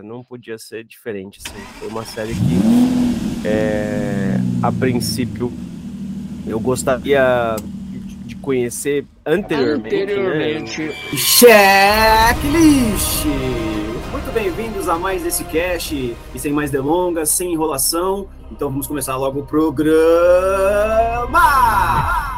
não podia ser diferente, assim. Foi uma série que, a princípio, eu gostaria de conhecer anteriormente, né? Checklist! Muito bem-vindos a mais esse cast, e sem mais delongas, sem enrolação, então vamos começar logo o programa!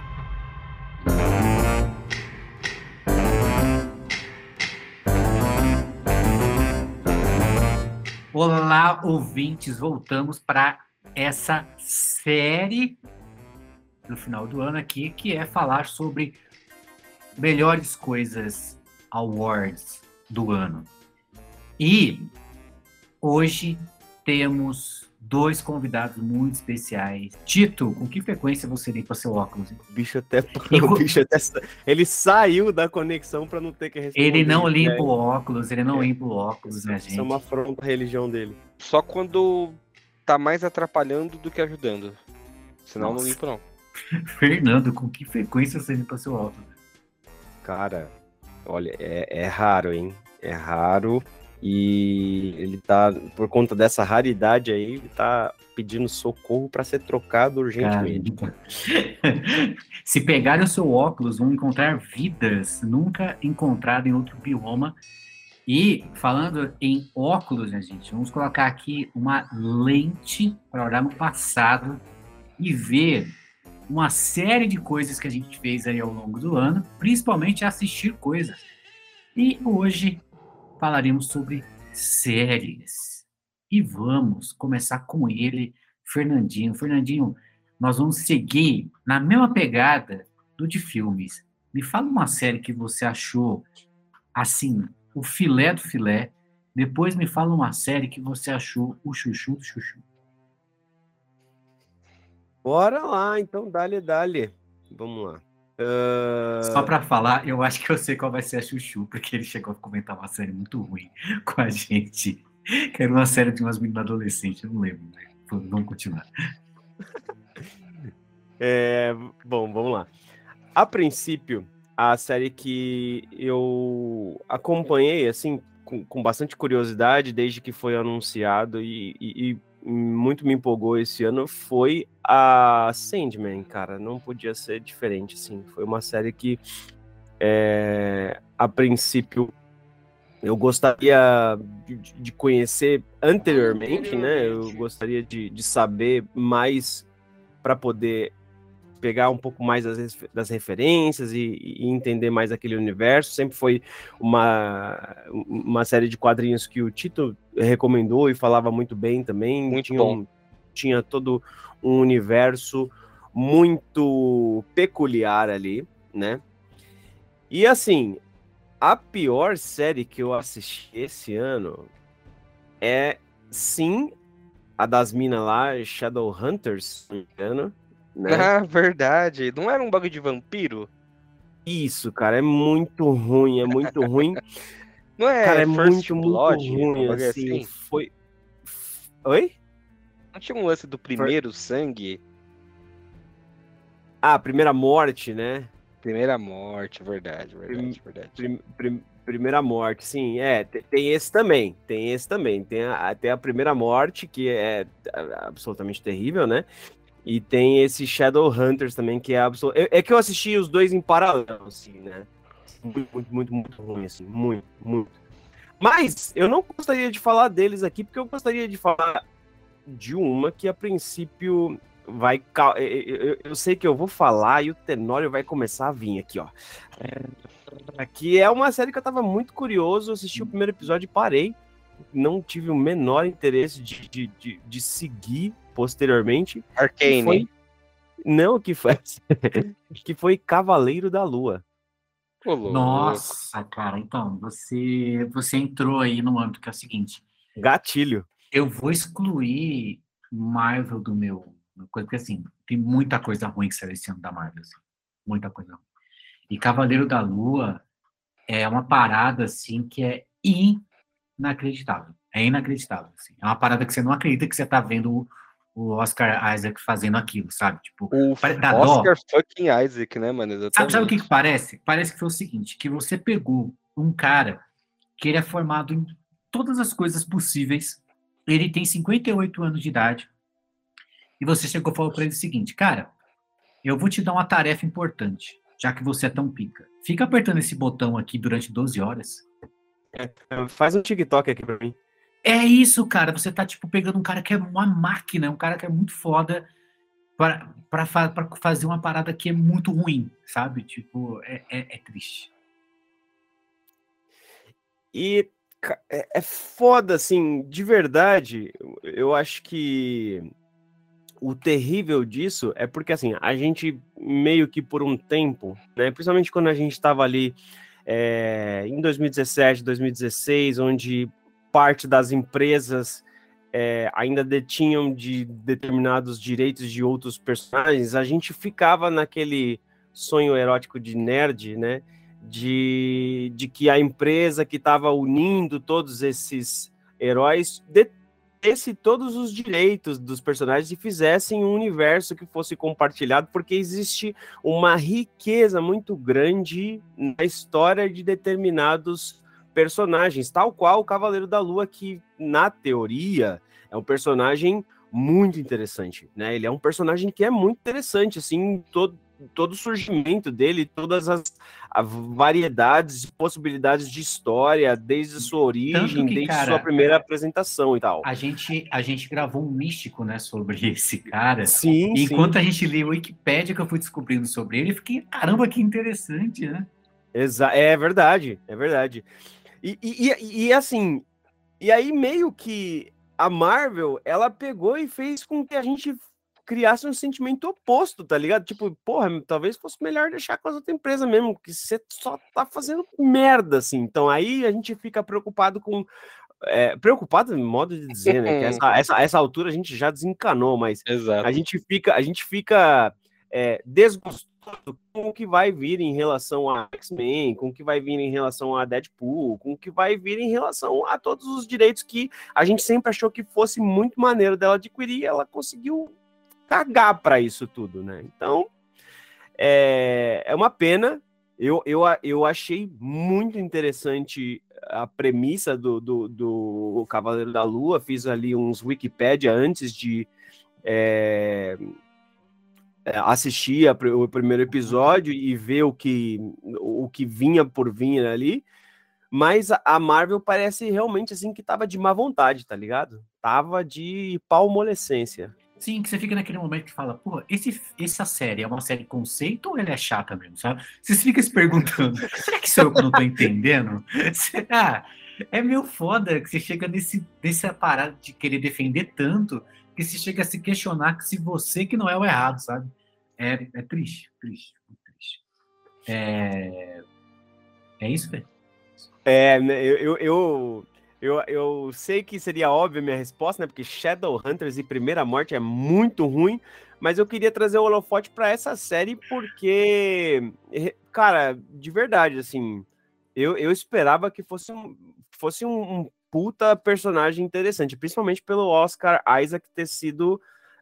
Olá, ouvintes, voltamos para essa série no final do ano aqui, que é falar sobre melhores coisas awards do ano. E hoje temos dois convidados muito especiais. Tito, com que frequência você limpa seu óculos? O bicho até ele saiu da conexão para não ter que responder. Ele não limpa o óculos, né, gente? Isso é uma afronta à religião dele. Só quando tá mais atrapalhando do que ajudando. Senão não limpo, não. Fernando, com que frequência você limpa seu óculos? Cara, olha, é raro, hein? É raro. E ele tá, por conta dessa raridade aí, ele tá pedindo socorro para ser trocado urgentemente. Se pegarem o seu óculos, vão encontrar vidas nunca encontradas em outro bioma. E, falando em óculos, né, gente, vamos colocar aqui uma lente para olhar no passado e ver uma série de coisas que a gente fez aí ao longo do ano, principalmente assistir coisas. E hoje falaremos sobre séries. E vamos começar com ele, Fernandinho. Fernandinho, nós vamos seguir na mesma pegada do de filmes. Me fala uma série que você achou, assim, o filé do filé. Depois me fala uma série que você achou o chuchu do chuchu. Bora lá, então, dale. Vamos lá. Só pra falar, eu acho que eu sei qual vai ser a chuchu, porque ele chegou a comentar uma série muito ruim com a gente, que era uma série de umas meninas adolescentes, eu não lembro, né? Vamos continuar. Bom, vamos lá. A princípio, a série que eu acompanhei, assim, com bastante curiosidade, desde que foi anunciado e muito me empolgou esse ano, foi a Sandman, cara. Não podia ser diferente, assim. Foi uma série que, a princípio, eu gostaria de conhecer anteriormente, né? Eu gostaria de saber mais para poder pegar um pouco mais das referências e entender mais aquele universo. Sempre foi uma série de quadrinhos que o Tito recomendou e falava muito bem também. Tinha todo um universo muito peculiar ali, né? E assim, a pior série que eu assisti esse ano é, sim, a das minas lá, Shadowhunters, se não me engano. Né? Ah, verdade. Não era um bagulho de vampiro? Isso, cara, é muito ruim. Não é, cara, é First muito Blood, ruim, assim. Foi... Oi? Não tinha um lance do primeiro sangue? Ah, Primeira Morte, né? Primeira Morte, verdade. Primeira Morte, sim. Tem esse também. Tem até a Primeira Morte, que é absolutamente terrível, né? E tem esse Shadowhunters também, que é absoluto. É que eu assisti os dois em paralelo, assim, né? Muito ruim, assim. Muito. Mas eu não gostaria de falar deles aqui, porque eu gostaria de falar de uma que, a princípio, vai... Eu sei que eu vou falar e o Tenório vai começar a vir aqui, ó. Aqui é uma série que eu tava muito curioso, assisti o primeiro episódio e parei. Não tive o menor interesse de seguir posteriormente. Arcane. Que foi Cavaleiro da Lua. Nossa, cara, então, você entrou aí no âmbito que é o seguinte. Gatilho. Eu vou excluir Marvel do meu coisa, porque assim, tem muita coisa ruim que saiu esse ano da Marvel, assim, muita coisa ruim. E Cavaleiro da Lua é uma parada, assim, que é inacreditável. É inacreditável, assim. É uma parada que você não acredita que você tá vendo o Oscar Isaac fazendo aquilo, sabe? Tipo, dá Oscar dó. Fucking Isaac, né, mano? Exatamente. Sabe o que parece? Parece que foi o seguinte, que você pegou um cara que ele é formado em todas as coisas possíveis. Ele tem 58 anos de idade. E você chegou e falou para ele o seguinte, cara, eu vou te dar uma tarefa importante, já que você é tão pica. Fica apertando esse botão aqui durante 12 horas. Faz um TikTok aqui pra mim. É isso, cara. Você tá, tipo, pegando um cara que é uma máquina, um cara que é muito foda pra fazer uma parada que é muito ruim, sabe? Tipo, é triste. E é foda, assim, de verdade, eu acho que o terrível disso é porque, assim, a gente meio que por um tempo, né, principalmente quando a gente estava ali em 2017, 2016, onde parte das empresas ainda detinham de determinados direitos de outros personagens, a gente ficava naquele sonho erótico de nerd, né, de que a empresa que estava unindo todos esses heróis detesse todos os direitos dos personagens e fizessem um universo que fosse compartilhado, porque existe uma riqueza muito grande na história de determinados personagens, tal qual o Cavaleiro da Lua, que, na teoria, é um personagem muito interessante, né? Ele é um personagem que é muito interessante, assim, todo o surgimento dele, todas as variedades e possibilidades de história, desde sua origem, desde sua primeira apresentação e tal. A gente gravou um místico, né, sobre esse cara. Sim, e enquanto a gente lê o Wikipédia que eu fui descobrindo sobre ele, eu fiquei, caramba, que interessante, né? É verdade, é verdade. E assim, e aí meio que a Marvel, ela pegou e fez com que a gente criasse um sentimento oposto, tá ligado? Tipo, porra, talvez fosse melhor deixar com as outras empresas mesmo, que você só tá fazendo merda, assim. Então aí a gente fica preocupado com... preocupado, no modo de dizer, né? Que essa altura a gente já desencanou, mas Exato. a gente fica desgostoso com o que vai vir em relação a X-Men, com o que vai vir em relação a Deadpool, com o que vai vir em relação a todos os direitos que a gente sempre achou que fosse muito maneiro dela adquirir, e ela conseguiu cagar para isso tudo, né? Então, é uma pena. Eu achei muito interessante a premissa do Cavaleiro da Lua, fiz ali uns Wikipédia antes de assistir o primeiro episódio e ver o que vinha por vir ali, mas a Marvel parece realmente assim que tava de má vontade, tá ligado? Tava de palmolescência. Sim, que você fica naquele momento que fala, pô, essa série é uma série conceito ou ela é chata mesmo, sabe? Você fica se perguntando, será que sou eu que não tô entendendo? Será? É meio foda que você chega nessa parada de querer defender tanto que você chega a se questionar que se você que não é o errado, sabe? É triste, muito triste. É isso, velho? Eu sei que seria óbvia a minha resposta, né? Porque Shadowhunters e Primeira Morte é muito ruim, mas eu queria trazer o holofote para essa série porque, cara, de verdade, assim, eu esperava que fosse um puta personagem interessante, principalmente pelo Oscar Isaac ter sido,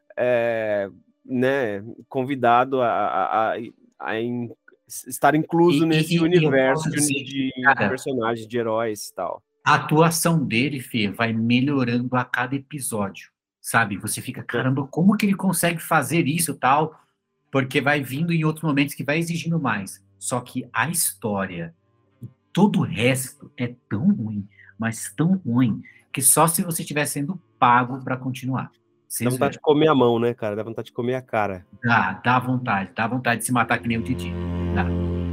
né, convidado a estar incluso nesse universo de personagens, de heróis e tal. A atuação dele, Fê, vai melhorando a cada episódio, sabe? Você fica, caramba, como que ele consegue fazer isso e tal? Porque vai vindo em outros momentos que vai exigindo mais. Só que a história e todo o resto é tão ruim, mas tão ruim, que só se você estiver sendo pago para continuar. Dá vontade de comer a mão, né, cara? Dá vontade de comer a cara. Dá vontade de se matar que nem o Didi. Dá.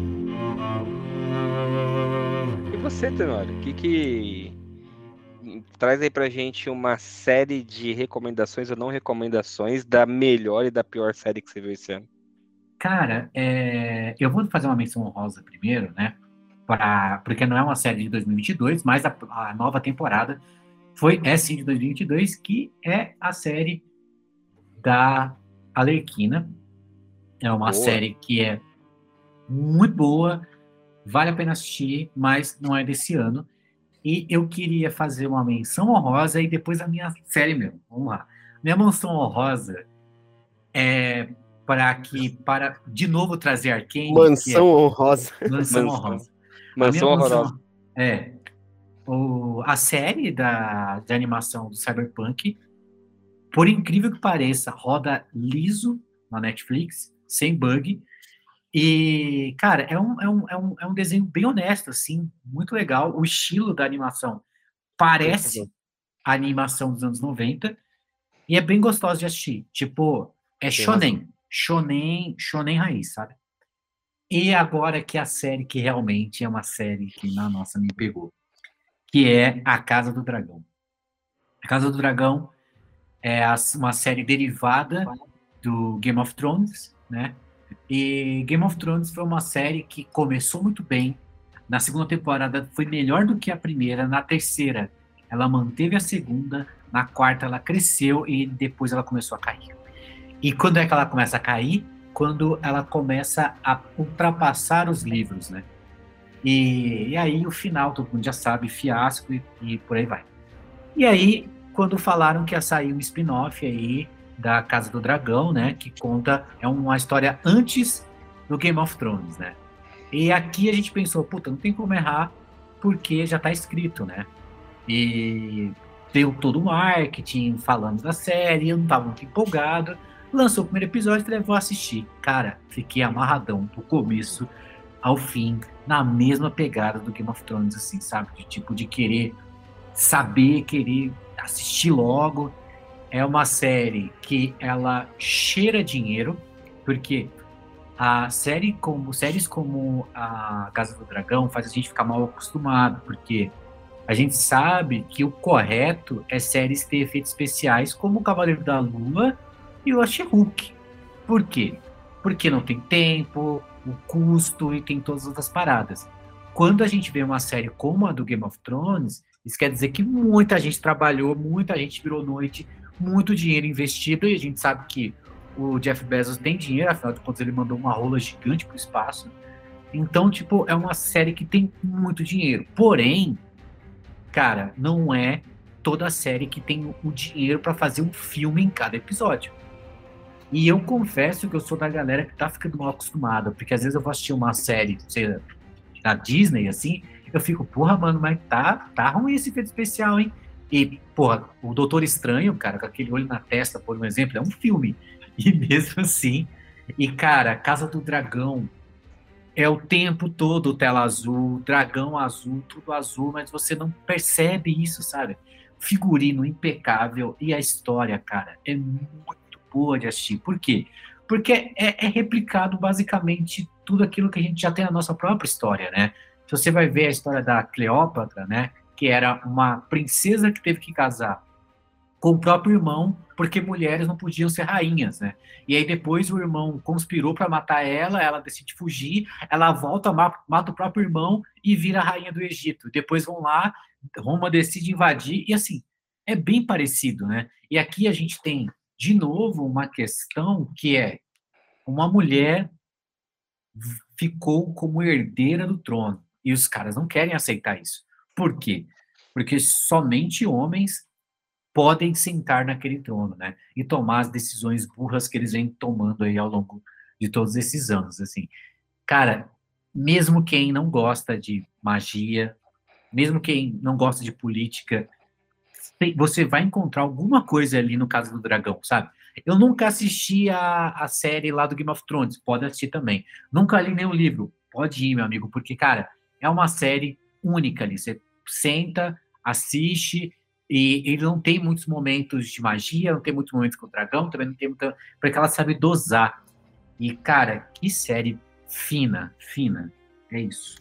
E você, Tenório, que traz aí pra gente uma série de recomendações ou não recomendações da melhor e da pior série que você viu esse ano? Cara, eu vou fazer uma menção honrosa primeiro, né? Porque não é uma série de 2022, mas a nova temporada é sim de 2022, que é a série da Arlequina. É uma série que é muito boa, vale a pena assistir, mas não é desse ano. E eu queria fazer uma menção honrosa e depois a minha série mesmo. Vamos lá. Minha menção honrosa é para de novo trazer Arcane. Mansão honrosa. Mansão honrosa. Mansão horrorosa. a série de animação do Cyberpunk, por incrível que pareça, roda liso na Netflix, sem bug. E, cara, é um desenho bem honesto, assim, muito legal. O estilo da animação parece a animação dos anos 90 e é bem gostoso de assistir. Tipo, é shonen raiz, sabe? E agora que a série que realmente é uma série que, na nossa, me pegou, que é A Casa do Dragão. A Casa do Dragão é uma série derivada do Game of Thrones, né? E Game of Thrones foi uma série que começou muito bem. Na segunda temporada foi melhor do que a primeira. Na terceira, ela manteve a segunda. Na quarta, ela cresceu e depois ela começou a cair. E quando é que ela começa a cair? Quando ela começa a ultrapassar os livros, né? E aí o final, todo mundo já sabe, fiasco e por aí vai. E aí, quando falaram que ia sair um spin-off aí da Casa do Dragão, né, que conta, é uma história antes do Game of Thrones, né? E aqui a gente pensou, puta, não tem como errar, porque já tá escrito, né? E deu todo o marketing falando da série, eu não tava muito empolgado, lançou o primeiro episódio e falei, vou assistir. Cara, fiquei amarradão do começo ao fim, na mesma pegada do Game of Thrones, assim, sabe? De tipo, de querer saber, querer assistir logo. É uma série que ela cheira dinheiro, porque séries como a Casa do Dragão faz a gente ficar mal acostumado, porque a gente sabe que o correto é séries ter efeitos especiais como o Cavaleiro da Lua e o She-Hulk. Por quê? Porque não tem tempo, o custo e tem todas as outras paradas. Quando a gente vê uma série como a do Game of Thrones, isso quer dizer que muita gente trabalhou, muita gente virou noite, muito dinheiro investido, e a gente sabe que o Jeff Bezos tem dinheiro, afinal de contas ele mandou uma rola gigante pro espaço. Então, tipo, é uma série que tem muito dinheiro. Porém, cara, não é toda série que tem o dinheiro para fazer um filme em cada episódio. E eu confesso que eu sou da galera que tá ficando mal acostumada, porque às vezes eu vou assistir uma série, sei lá, da Disney, assim, eu fico, porra, mano, mas tá ruim esse efeito especial, hein? E, porra, o Doutor Estranho, cara, com aquele olho na testa, por um exemplo, é um filme. E mesmo assim, e cara, Casa do Dragão é o tempo todo tela azul, dragão azul, tudo azul, mas você não percebe isso, sabe? Figurino impecável e a história, cara, é muito boa de assistir. Por quê? Porque é replicado basicamente tudo aquilo que a gente já tem na nossa própria história, né? Se você vai ver a história da Cleópatra, né, que era uma princesa que teve que casar com o próprio irmão, porque mulheres não podiam ser rainhas, né? E aí depois o irmão conspirou para matar ela, ela decide fugir, ela volta, mata o próprio irmão e vira a rainha do Egito. Depois vão lá, Roma decide invadir, e assim, é bem parecido, né? E aqui a gente tem, de novo, uma questão que é uma mulher ficou como herdeira do trono, e os caras não querem aceitar isso. Por quê? Porque somente homens podem sentar naquele trono, né? E tomar as decisões burras que eles vêm tomando aí ao longo de todos esses anos, assim. Cara, mesmo quem não gosta de magia, mesmo quem não gosta de política, você vai encontrar alguma coisa ali no Casa do Dragão, sabe? Eu nunca assisti a série lá do Game of Thrones, pode assistir também. Nunca li nenhum livro, pode ir, meu amigo, porque, cara, é uma série única ali. Você senta, assiste, e ele não tem muitos momentos de magia, não tem muitos momentos com o dragão, também não tem muita... porque ela sabe dosar. E, cara, que série fina, fina. É isso.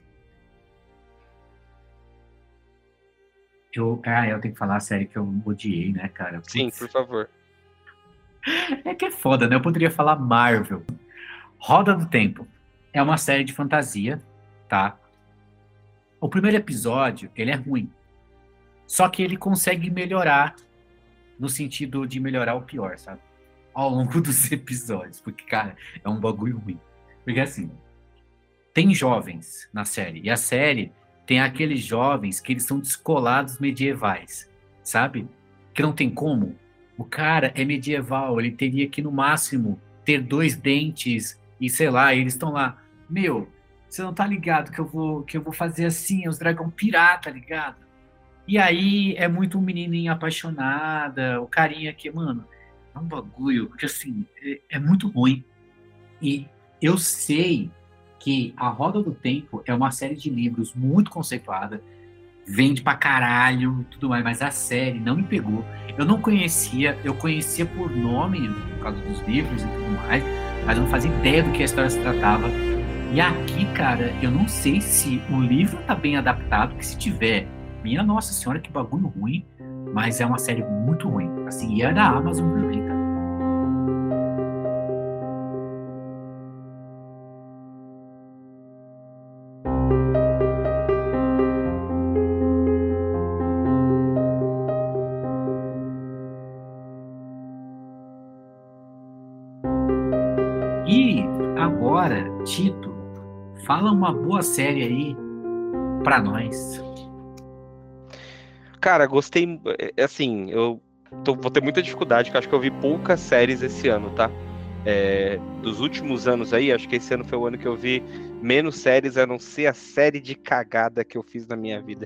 Eu tenho que falar a série que eu odiei, né, cara? Putz. Sim, por favor. É que é foda, né? Eu poderia falar Marvel. Roda do Tempo. É uma série de fantasia, tá? O primeiro episódio, ele é ruim. Só que ele consegue melhorar no sentido de melhorar o pior, sabe? Ao longo dos episódios. Porque, cara, é um bagulho ruim. Porque, assim, tem jovens na série. E a série tem aqueles jovens que eles são descolados medievais, sabe? Que não tem como. O cara é medieval, ele teria que, no máximo, ter 2 dentes e, sei lá, eles estão lá. Meu, você não tá ligado que eu vou fazer assim, os dragão pirata, ligado? E aí é muito um menininho apaixonada, o carinha que, mano, é um bagulho que, assim, é muito ruim. E eu sei que A Roda do Tempo é uma série de livros muito conceituada, vende pra caralho e tudo mais, mas a série não me pegou. Eu não conhecia, eu conhecia por nome, por causa dos livros e tudo mais, mas eu não fazia ideia do que a história se tratava. E aqui, cara, eu não sei se o livro tá bem adaptado, que se tiver, minha nossa senhora, que bagulho ruim, mas é uma série muito ruim. Assim, e é da Amazon também, tá? E agora, Tito, fala uma boa série aí pra nós. Cara, gostei. Assim, vou ter muita dificuldade, porque eu acho que eu vi poucas séries esse ano, tá? Dos últimos anos aí, acho que esse ano foi o ano que eu vi menos séries, a não ser a série de cagada que eu fiz na minha vida.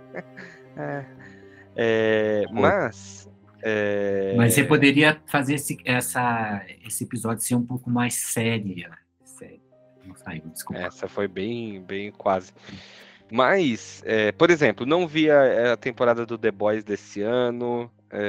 Mas. Mas você poderia fazer esse episódio ser um pouco mais sério. Sério. Não saiu, desculpa. Essa foi bem, bem quase. Mas, por exemplo, não vi a temporada do The Boys desse ano.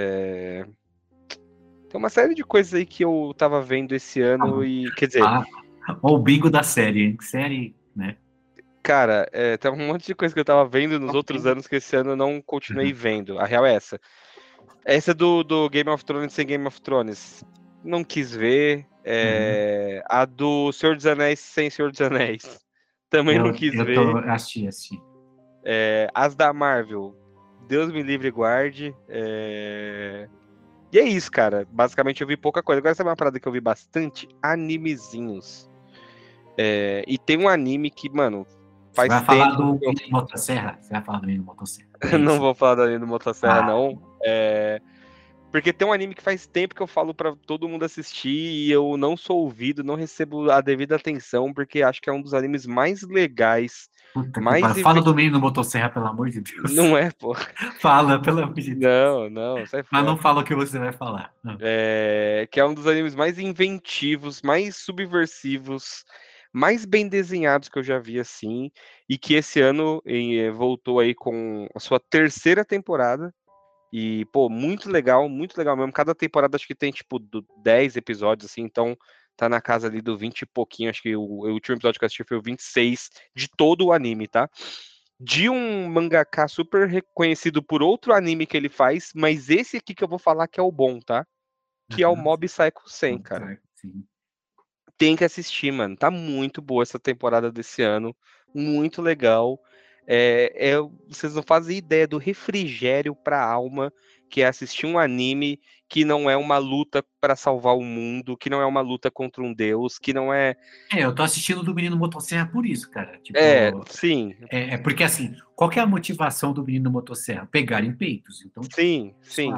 Tem uma série de coisas aí que eu tava vendo esse ano e, quer dizer... o bingo da série, hein? Série, né? Cara, tem um monte de coisa que eu tava vendo nos outros anos que esse ano eu não continuei vendo. A real é essa. Essa do Game of Thrones sem Game of Thrones. Não quis ver. A do Senhor dos Anéis sem Senhor dos Anéis. Também não quis ver. Assisti. As da Marvel. Deus me livre e guarde. E é isso, cara. Basicamente eu vi pouca coisa. Agora sabe uma parada que eu vi bastante? Animezinhos. E tem um anime que, mano, faz tempo... Você vai falar do Menino Motosserra? Você vai falar do Menino Motosserra? Não vou falar do anime do Motosserra, não. Porque tem um anime que faz tempo que eu falo pra todo mundo assistir e eu não sou ouvido, não recebo a devida atenção, porque acho que é um dos animes mais legais. Puta que pariu. Fala do Menino Motosserra, pelo amor de Deus. Não é, pô. Fala, pelo amor de Deus. Não, sai fora. Mas não fala o que você vai falar. Que é um dos animes mais inventivos, mais subversivos, mais bem desenhados que eu já vi, assim, e que esse ano voltou aí com a sua terceira temporada. E, pô, muito legal mesmo. Cada temporada acho que tem, tipo, 10 episódios, assim, então tá na casa ali do 20 e pouquinho. Acho que o último episódio que eu assisti foi o 26 de todo o anime, tá? De um mangaka super reconhecido por outro anime que ele faz, mas esse aqui que eu vou falar que é o bom, tá? Que é o Mob Psycho 100, cara. Sim. Tem que assistir, mano. Tá muito boa essa temporada desse ano. Muito legal. Vocês não fazem ideia do refrigério pra alma que é assistir um anime que não é uma luta pra salvar o mundo, que não é uma luta contra um deus, que não é... Eu tô assistindo do Menino Motosserra por isso, cara. Tipo, sim. Porque, assim, qual que é a motivação do Menino Motosserra? Pegar em peitos. Então, sim.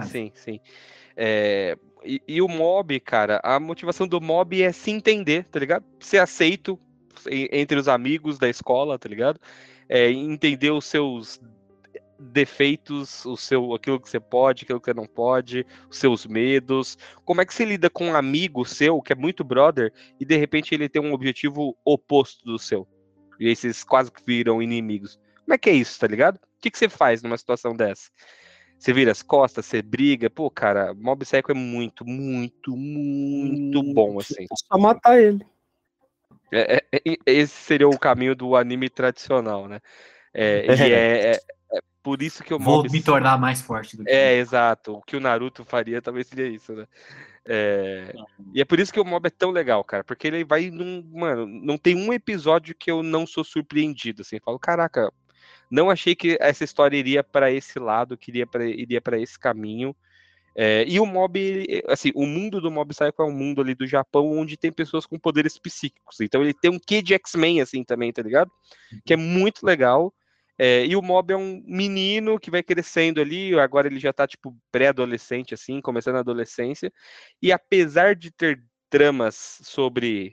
E o Mob, cara, a motivação do Mob é se entender, tá ligado? Ser aceito entre os amigos da escola, tá ligado? Entender os seus defeitos, aquilo que você pode, aquilo que você não pode, os seus medos. Como é que você lida com um amigo seu, que é muito brother, e de repente ele tem um objetivo oposto do seu? E aí vocês quase que viram inimigos. Como é que é isso, tá ligado? O que você faz numa situação dessa? Você vira as costas, você briga. Pô, cara, Mob Psycho é muito, muito, muito bom, assim. É só matar ele. Esse seria o caminho do anime tradicional, né? E por isso que o Mob... Vou me tornar mais forte do que... exato. O que o Naruto faria talvez seria isso, né? E é por isso que o Mob é tão legal, cara. Porque ele vai Mano, não tem um episódio que eu não sou surpreendido, assim. Eu falo, caraca... Não achei que essa história iria para esse lado, que iria para esse caminho. E o Mob, assim, o mundo do Mob Psycho é um mundo ali do Japão onde tem pessoas com poderes psíquicos. Então ele tem um quê de X-Men, assim, também, tá ligado? Que é muito legal. E o Mob é um menino que vai crescendo ali, agora ele já tá, tipo, pré-adolescente, assim, começando a adolescência. E apesar de ter tramas sobre...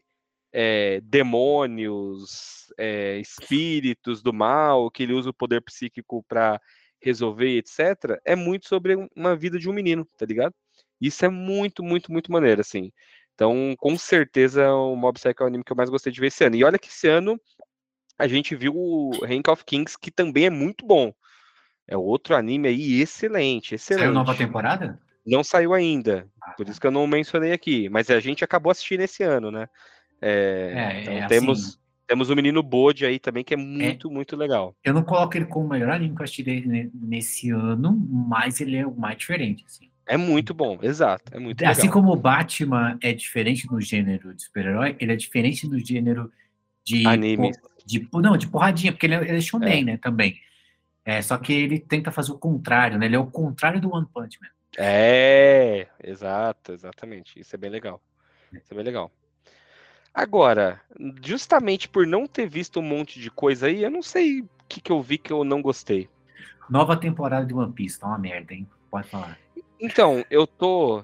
demônios, espíritos do mal, que ele usa o poder psíquico para resolver, etc., é muito sobre uma vida de um menino, tá ligado? Isso é muito, muito, muito maneiro, assim. Então, com certeza, o Mob Psycho é o anime que eu mais gostei de ver esse ano. E olha que esse ano a gente viu o Rank of Kings, que também é muito bom. É outro anime aí excelente, excelente. Saiu nova temporada? Não saiu ainda, por isso que eu não mencionei aqui. Mas a gente acabou assistindo esse ano, né? Então temos o Menino Bode aí também, que é muito, muito legal. Eu não coloco ele como o melhor anime que eu assisti nesse ano, mas ele é o mais diferente, assim. É muito bom, exato, é muito assim legal. Como o Batman é diferente no gênero de super-herói, ele é diferente no gênero de anime. De porradinha, porque ele é shonen, né, também. Só que ele tenta fazer o contrário, né? Ele é o contrário do One Punch Man. Exatamente. Isso é bem legal. Agora, justamente por não ter visto um monte de coisa aí, eu não sei o que eu vi que eu não gostei. Nova temporada de One Piece, tá uma merda, hein? Pode falar. Então, eu tô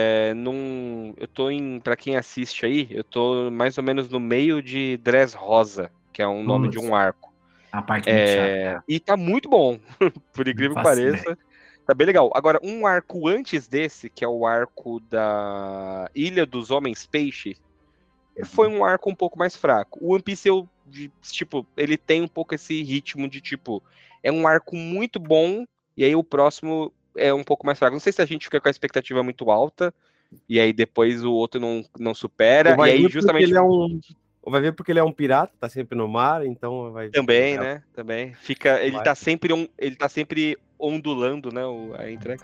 pra quem assiste aí, eu tô mais ou menos no meio de Dressrosa, que é um nome de um arco. A parte muito chata. E tá muito bom, por incrível que pareça. Tá bem legal. Agora, um arco antes desse, que é o arco da Ilha dos Homens Peixe, foi um arco um pouco mais fraco. O One Piece, ele tem um pouco esse ritmo de, é um arco muito bom, e aí o próximo é um pouco mais fraco. Não sei se a gente fica com a expectativa muito alta, e aí depois o outro não supera, e aí justamente... Vai ver porque ele é um pirata, tá sempre no mar, então vai... Também, né? Também. Ele tá sempre ondulando, né? A entrega.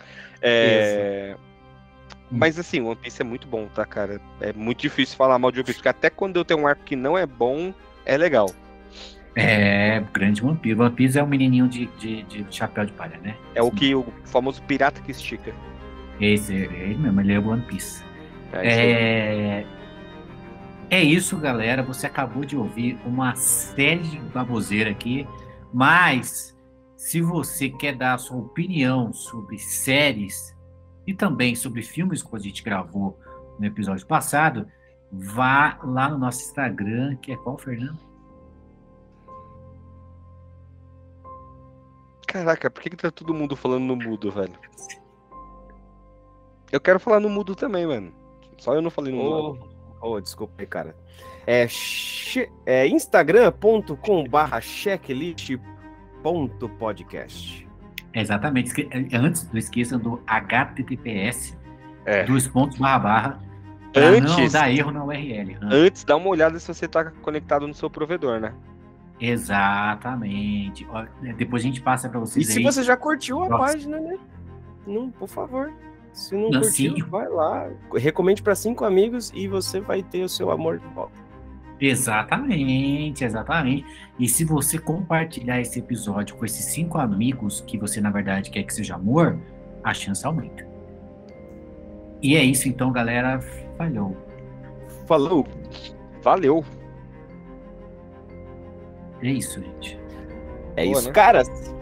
Mas assim, o One Piece é muito bom, tá, cara? É muito difícil falar mal de One Piece, porque até quando eu tenho um arco que não é bom, é legal. Grande One Piece. One Piece é um menininho de chapéu de palha, né? É o famoso pirata que estica. Ele mesmo, ele é o One Piece. É isso, galera. Você acabou de ouvir uma série de baboseira aqui, mas se você quer dar a sua opinião sobre séries e também sobre filmes que a gente gravou no episódio passado, vá lá no nosso Instagram, que é qual, Fernando? Caraca, por que tá todo mundo falando no mudo, velho? Eu quero falar no mudo também, mano. Só eu não falei no mudo. Desculpa aí, cara. Instagram.com/checklist.podcast. Exatamente. Antes, não esqueçam do https // para não dar erro na URL. Antes, dá uma olhada se você tá conectado no seu provedor, né? Exatamente. Depois a gente passa para vocês. E se você já curtiu a página, né? Não, por favor. Se não curtiu, vai lá. Recomende para 5 amigos e você vai ter o seu amor de volta. Exatamente. E se você compartilhar esse episódio com esses 5 amigos que você, na verdade, quer que seja amor, a chance aumenta. E é isso, então, galera. Falou. Valeu. É isso, gente. É isso, né? Caras.